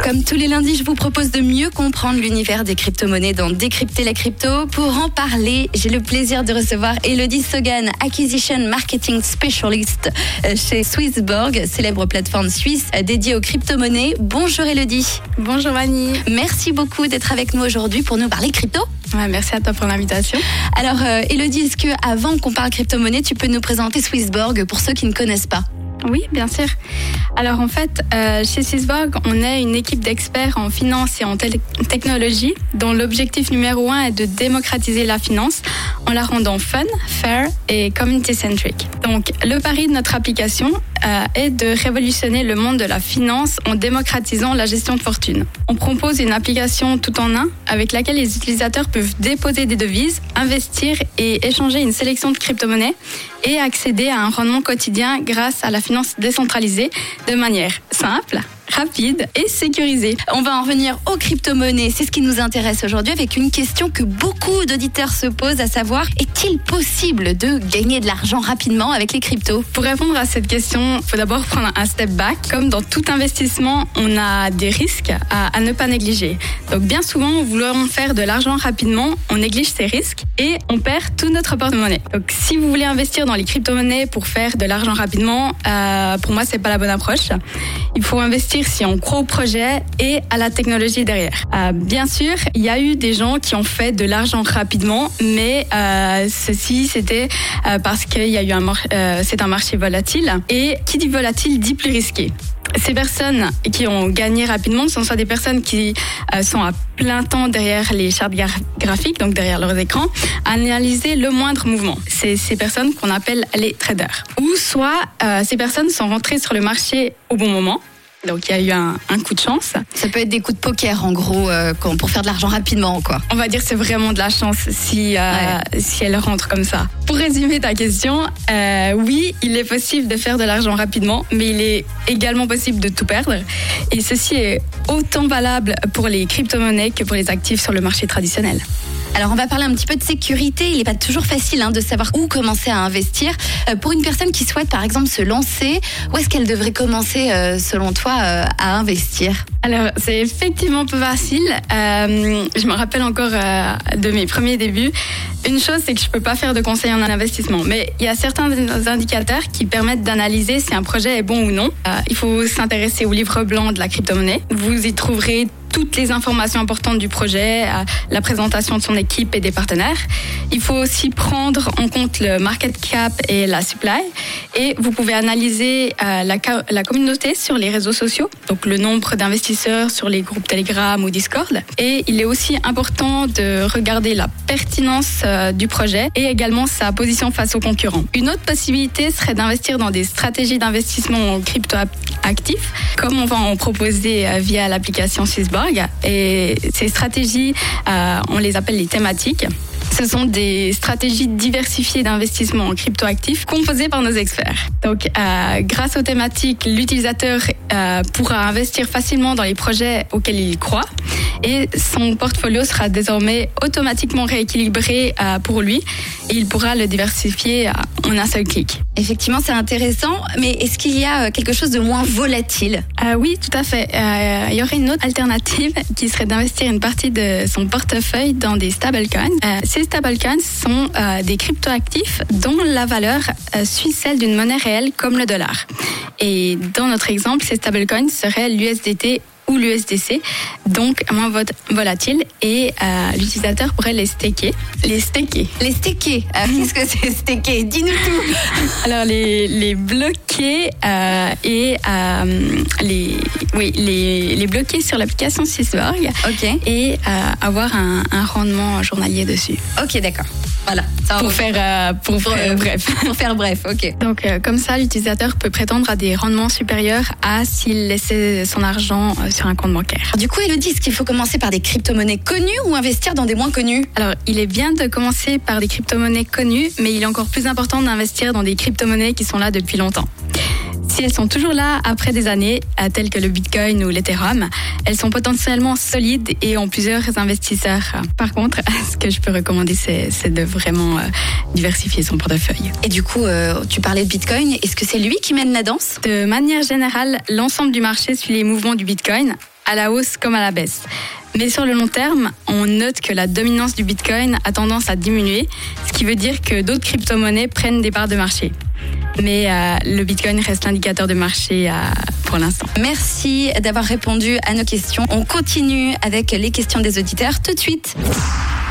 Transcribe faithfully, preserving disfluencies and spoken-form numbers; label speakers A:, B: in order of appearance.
A: Comme tous les lundis, je vous propose de mieux comprendre l'univers des crypto-monnaies dans Décrypter la crypto. Pour en parler, j'ai le plaisir de recevoir Elodie Sogan, Acquisition Marketing Specialist chez Swissborg, célèbre plateforme suisse dédiée aux crypto-monnaies. Bonjour Elodie.
B: Bonjour Vanny.
A: Merci beaucoup d'être avec nous aujourd'hui pour nous parler crypto.
B: Ouais, merci à toi pour l'invitation.
A: Alors euh, Elodie, est-ce que avant qu'on parle crypto-monnaie, tu peux nous présenter Swissborg pour ceux qui ne connaissent pas?
B: Oui, bien sûr. Alors en fait, euh, chez Swissborg, on est une équipe d'experts en finance et en te- technologie dont l'objectif numéro un est de démocratiser la finance en la rendant fun, fair et community-centric. Donc le pari de notre application euh, est de révolutionner le monde de la finance en démocratisant la gestion de fortune. On propose une application tout en un avec laquelle les utilisateurs peuvent déposer des devises, investir et échanger une sélection de crypto-monnaies et accéder à un rendement quotidien grâce à la finance décentralisée de manière simple, rapide et sécurisée.
A: On va en revenir aux crypto-monnaies, c'est ce qui nous intéresse aujourd'hui avec une question que beaucoup d'auditeurs se posent, à savoir, est-il possible de gagner de l'argent rapidement avec les cryptos?
B: Pour répondre à cette question, il faut d'abord prendre un step back. Comme dans tout investissement, on a des risques à, à ne pas négliger. Donc bien souvent, voulant faire de l'argent rapidement, on néglige ces risques et on perd tout notre porte-monnaie. Donc si vous voulez investir dans les crypto-monnaies pour faire de l'argent rapidement, euh, pour moi, c'est pas la bonne approche. Il faut investir si on croit au projet et à la technologie derrière. Euh, bien sûr, il y a eu des gens qui ont fait de l'argent rapidement, mais euh, ceci, c'était euh, parce qu'il y a eu un, mar- euh, c'est un marché volatile. Et qui dit volatile dit plus risqué. Ces personnes qui ont gagné rapidement sont soit des personnes qui euh, sont à plein temps derrière les chartes gra- graphiques, donc derrière leurs écrans, à analyser le moindre mouvement. C'est ces personnes qu'on appelle les traders. Ou soit euh, ces personnes sont rentrées sur le marché au bon moment. Donc il y a eu un, un coup de chance.
A: Ça peut être des coups de poker en gros euh, pour faire de l'argent rapidement quoi.
B: On va dire que c'est vraiment de la chance si, euh, ouais. si elle rentre comme ça. Pour résumer ta question, euh, oui, il est possible de faire de l'argent rapidement, mais il est également possible de tout perdre. Et ceci est autant valable pour les crypto-monnaies que pour les actifs sur le marché traditionnel.
A: Alors on va parler un petit peu de sécurité. Il n'est pas toujours facile hein, de savoir où commencer à investir. Euh, pour une personne qui souhaite par exemple se lancer, où est-ce qu'elle devrait commencer euh, selon toi euh, à investir?
B: Alors c'est effectivement peu facile. Euh, je me rappelle encore euh, de mes premiers débuts. Une chose, c'est que je peux pas faire de conseil en investissement, mais il y a certains indicateurs qui permettent d'analyser si un projet est bon ou non. Euh, il faut s'intéresser au livre blanc de la crypto-monnaie. Vous y trouverez toutes les informations importantes du projet, la présentation de son équipe et des partenaires. Il faut aussi prendre en compte le market cap et la supply. Et vous pouvez analyser euh, la, la communauté sur les réseaux sociaux, donc le nombre d'investisseurs sur les groupes Telegram ou Discord. Et il est aussi important de regarder la pertinence euh, du projet et également sa position face aux concurrents. Une autre possibilité serait d'investir dans des stratégies d'investissement en crypto-actifs, comme on va en proposer euh, via l'application Swissborg. Et ces stratégies, euh, on les appelle les thématiques. Ce sont des stratégies diversifiées d'investissement en crypto-actifs composées par nos experts. Donc, euh, grâce aux thématiques, l'utilisateur euh, pourra investir facilement dans les projets auxquels il croit et son portfolio sera désormais automatiquement rééquilibré euh, pour lui et il pourra le diversifier euh, en un seul clic.
A: Effectivement, c'est intéressant, mais est-ce qu'il y a quelque chose de moins volatile?
B: euh, Oui, tout à fait. Euh, il y aurait une autre alternative qui serait d'investir une partie de son portefeuille dans des stablecoins. Euh, ces stablecoins sont euh, des cryptoactifs dont la valeur euh, suit celle d'une monnaie réelle comme le dollar. Et dans notre exemple, ces stablecoins seraient l'U S D T ou l'U S D C, donc moins volatile, et euh, l'utilisateur pourrait les staker. Les staker.
A: Les staker. Euh, qu'est-ce que c'est staker? Dis-nous tout.
B: Alors les les bloquer euh, et euh, les oui les les bloquer sur l'application Swissborg.
A: Ok.
B: Et euh, avoir un, un rendement journalier dessus.
A: Ok, d'accord. Voilà.
B: Ça pour faire euh, pour, pour faire euh, bref.
A: Pour faire bref. Ok.
B: Donc euh, comme ça, l'utilisateur peut prétendre à des rendements supérieurs à s'il laissait son argent euh, sur un compte bancaire.
A: Du coup, Elodie, est-ce qu'il faut commencer par des crypto-monnaies connues ou investir dans des moins connues?
B: Alors, il est bien de commencer par des crypto-monnaies connues, mais il est encore plus important d'investir dans des crypto-monnaies qui sont là depuis longtemps. Si elles sont toujours là après des années, telles que le Bitcoin ou l'Ethereum, elles sont potentiellement solides et ont plusieurs investisseurs. Par contre, ce que je peux recommander, c'est, c'est de vraiment euh, diversifier son portefeuille.
A: Et du coup, euh, tu parlais de Bitcoin. Est-ce que c'est lui qui mène la danse ?
B: De manière générale, l'ensemble du marché suit les mouvements du Bitcoin. à la hausse comme à la baisse. Mais sur le long terme, on note que la dominance du Bitcoin a tendance à diminuer, ce qui veut dire que d'autres crypto-monnaies prennent des parts de marché. Mais euh, le Bitcoin reste l'indicateur de marché euh, pour l'instant.
A: Merci d'avoir répondu à nos questions. On continue avec les questions des auditeurs tout de suite.